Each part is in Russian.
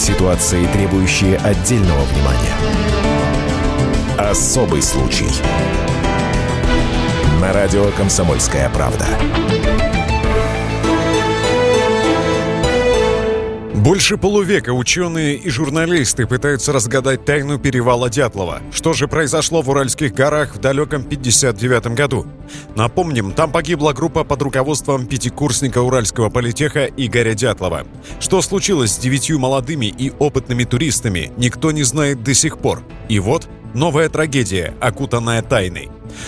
Ситуации, требующие отдельного внимания. Особый случай. На радио «Комсомольская правда». Больше полувека ученые и журналисты пытаются разгадать тайну перевала Дятлова. Что же произошло в Уральских горах в далеком 1959 году? Напомним, там погибла группа под руководством пятикурсника Уральского политеха Игоря Дятлова. Что случилось с 9 молодыми и опытными туристами, никто не знает до сих пор. И вот новая трагедия, окутанная тайной.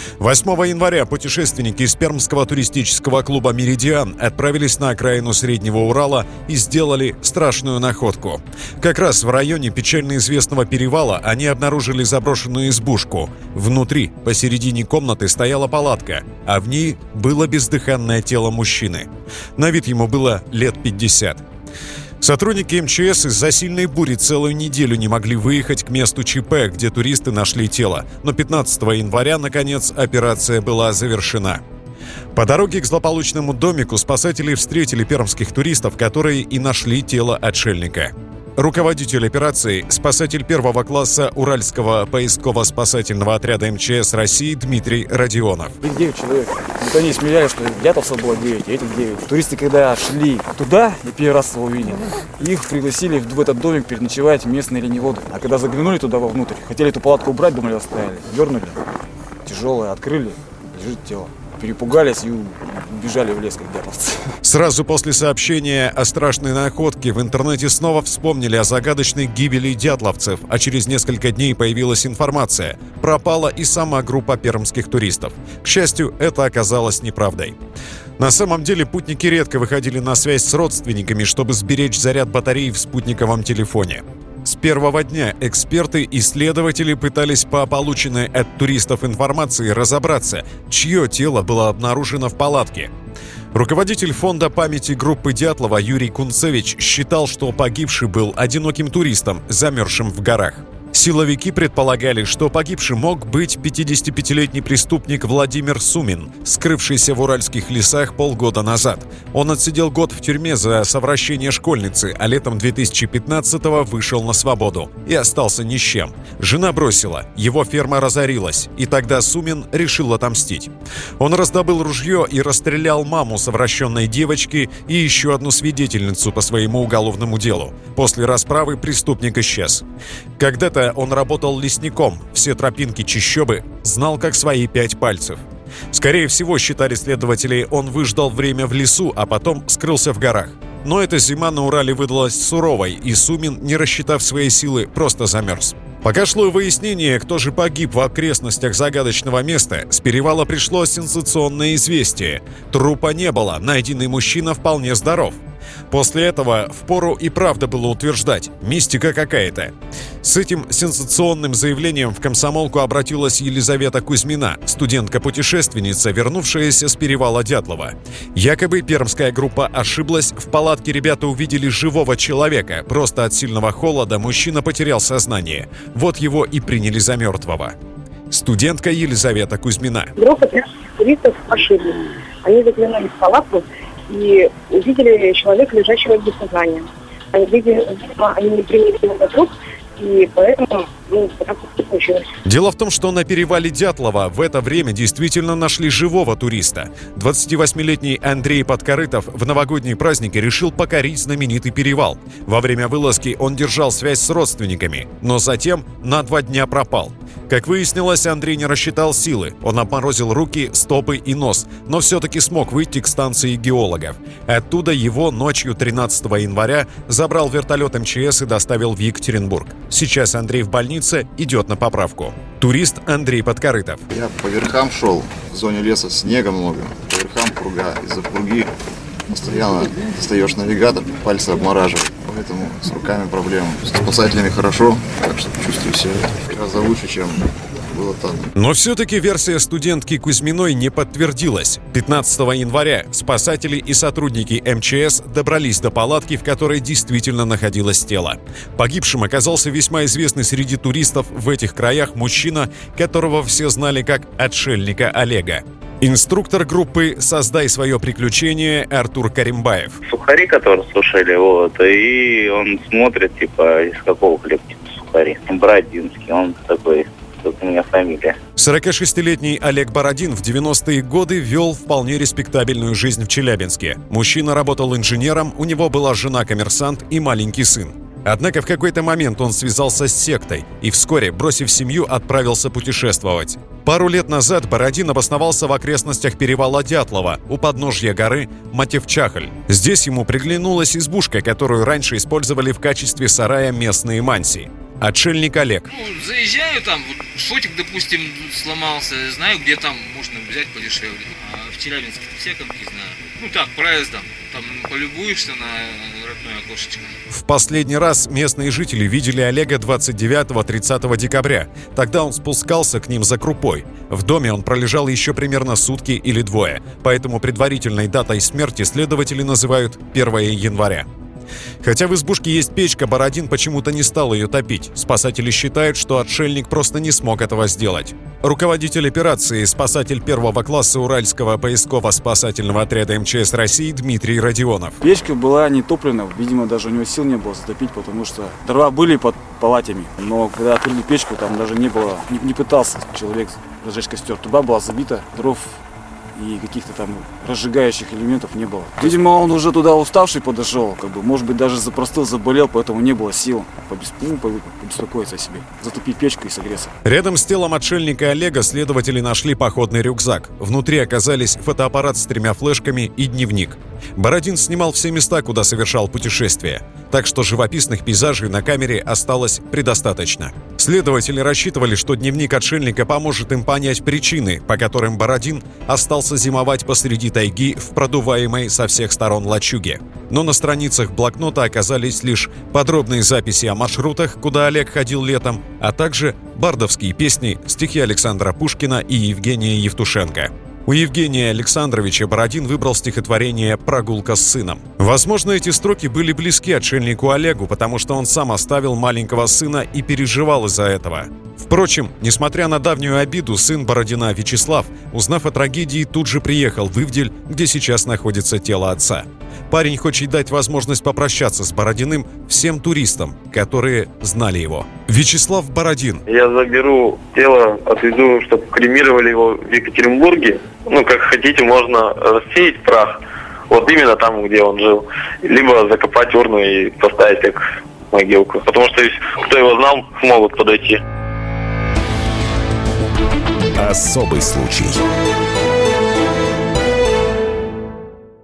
8 января путешественники из Пермского туристического клуба «Меридиан» отправились на окраину Среднего Урала и сделали страшную находку. Как раз в районе печально известного перевала они обнаружили заброшенную избушку. Внутри, посередине комнаты, стояла палатка, а в ней было бездыханное тело мужчины. На вид ему было лет 50. Сотрудники МЧС из-за сильной бури целую неделю не могли выехать к месту ЧП, где туристы нашли тело. Но 15 января, наконец, операция была завершена. По дороге к злополучному домику спасатели встретили пермских туристов, которые и нашли тело отшельника. Руководитель операции, спасатель первого класса Уральского поисково-спасательного отряда МЧС России Дмитрий Родионов. Их 9 человек. Вот они смеялись, что дятловцев было 9, а этих 9. Туристы, когда шли туда, я первый раз его увидел, их пригласили в этот домик переночевать местные лениводы. А когда заглянули туда вовнутрь, хотели эту палатку убрать, думали, оставили. Дернули, тяжелое, открыли, лежит тело. Перепугались и убежали в лес, как дятловцы. Сразу после сообщения о страшной находке в интернете снова вспомнили о загадочной гибели дятловцев, а через несколько дней появилась информация. Пропала и сама группа пермских туристов. К счастью, это оказалось неправдой. На самом деле путники редко выходили на связь с родственниками, чтобы сберечь заряд батареи в спутниковом телефоне. С первого дня эксперты и исследователи пытались по полученной от туристов информации разобраться, чье тело было обнаружено в палатке. Руководитель фонда памяти группы Дятлова Юрий Кунцевич считал, что погибший был одиноким туристом, замерзшим в горах. Силовики предполагали, что погибшим мог быть 55-летний преступник Владимир Сумин, скрывшийся в уральских лесах полгода назад. Он отсидел год в тюрьме за совращение школьницы, а летом 2015-го вышел на свободу и остался ни с чем. Жена бросила, его ферма разорилась, и тогда Сумин решил отомстить. Он раздобыл ружье и расстрелял маму совращенной девочки и еще одну свидетельницу по своему уголовному делу. После расправы преступник исчез. Когда-то он работал лесником, все тропинки чащобы знал как свои 5 пальцев. Скорее всего, считали следователи, он выждал время в лесу, а потом скрылся в горах. Но эта зима на Урале выдалась суровой, и Сумин, не рассчитав свои силы, просто замерз. Пока шло выяснение, кто же погиб в окрестностях загадочного места, с перевала пришло сенсационное известие. Трупа не было, найденный мужчина вполне здоров. После этого впору и правда было утверждать – мистика какая-то. С этим сенсационным заявлением в комсомолку обратилась Елизавета Кузьмина, студентка-путешественница, вернувшаяся с перевала Дятлова. Якобы пермская группа ошиблась, в палатке ребята увидели живого человека. Просто от сильного холода мужчина потерял сознание. Вот его и приняли за мертвого. Студентка Елизавета Кузьмина. Группа туристов ошиблась. Они заглянули в палатку и увидели человека, лежащего без сознания. Они не приняли его за труп, и поэтому так случилось. Дело в том, что на перевале Дятлова в это время действительно нашли живого туриста. 28-летний Андрей Подкорытов в новогодние праздники решил покорить знаменитый перевал. Во время вылазки он держал связь с родственниками, но затем на 2 дня пропал. Как выяснилось, Андрей не рассчитал силы. Он обморозил руки, стопы и нос, но все-таки смог выйти к станции геологов. Оттуда его ночью 13 января забрал вертолет МЧС и доставил в Екатеринбург. Сейчас Андрей в больнице, идет на поправку. Турист Андрей Подкорытов. Я по верхам шел, в зоне леса снега много, по верхам пурга, из-за пурги постоянно достаешь навигатор, пальцы обмораживают. Поэтому с руками проблемы. С спасателями хорошо, так что чувствую себя гораздо лучше, чем было там. Но все-таки версия студентки Кузьминой не подтвердилась. 15 января спасатели и сотрудники МЧС добрались до палатки, в которой действительно находилось тело. Погибшим оказался весьма известный среди туристов в этих краях мужчина, которого все знали как отшельника Олега. Инструктор группы «Создай свое приключение» Артур Каримбаев. Сухари, которые сушили, и он смотрит, из какого хлеба сухари. Бородинский, он такой, тут у меня фамилия. 46-летний Олег Бородин в 90-е годы вел вполне респектабельную жизнь в Челябинске. Мужчина работал инженером, у него была жена-коммерсант и маленький сын. Однако в какой-то момент он связался с сектой и вскоре, бросив семью, отправился путешествовать. Пару лет назад Бородин обосновался в окрестностях перевала Дятлова у подножья горы Матевчахль. Здесь ему приглянулась избушка, которую раньше использовали в качестве сарая местные манси. Отшельник Олег. Заезжаю там, шотик, допустим, сломался, знаю, где там можно взять подешевле. А в Челябинске все конки знаю. Так, проездом. Там полюбуешься на родное окошечко. В последний раз местные жители видели Олега 29-30 декабря. Тогда он спускался к ним за крупой. В доме он пролежал еще примерно сутки или двое. Поэтому предварительной датой смерти следователи называют 1 января. Хотя в избушке есть печка, Бородин почему-то не стал ее топить. Спасатели считают, что отшельник просто не смог этого сделать. Руководитель операции, спасатель первого класса Уральского поисково-спасательного отряда МЧС России Дмитрий Родионов. Печка была не топлена, видимо, даже у него сил не было затопить, потому что дрова были под палатями. Но когда открыли печку, там даже не было, не пытался человек разжечь костер. Труба была забита, дров и каких-то там разжигающих элементов не было. Видимо, он уже туда уставший подошел, может быть, даже запростыл, заболел, поэтому не было сил побеспокоиться о себе, затопить печку и согреться. Рядом с телом отшельника Олега следователи нашли походный рюкзак. Внутри оказались фотоаппарат с 3 флешками и дневник. Бородин снимал все места, куда совершал путешествие. Так что живописных пейзажей на камере осталось предостаточно. Следователи рассчитывали, что дневник отшельника поможет им понять причины, по которым Бородин остался зимовать посреди тайги в продуваемой со всех сторон лачуге. Но на страницах блокнота оказались лишь подробные записи о маршрутах, куда Олег ходил летом, а также бардовские песни, стихи Александра Пушкина и Евгения Евтушенко. У Евгения Александровича Бородин выбрал стихотворение «Прогулка с сыном». Возможно, эти строки были близки отшельнику Олегу, потому что он сам оставил маленького сына и переживал из-за этого. Впрочем, несмотря на давнюю обиду, сын Бородина Вячеслав, узнав о трагедии, тут же приехал в Ивдель, где сейчас находится тело отца. Парень хочет дать возможность попрощаться с Бородиным всем туристам, которые знали его. Вячеслав Бородин. Я заберу тело, отвезу, чтобы кремировали его в Екатеринбурге. Как хотите, можно рассеять прах. Именно там, где он жил. Либо закопать урну и поставить как могилку. Потому что кто его знал, смогут подойти. Особый случай.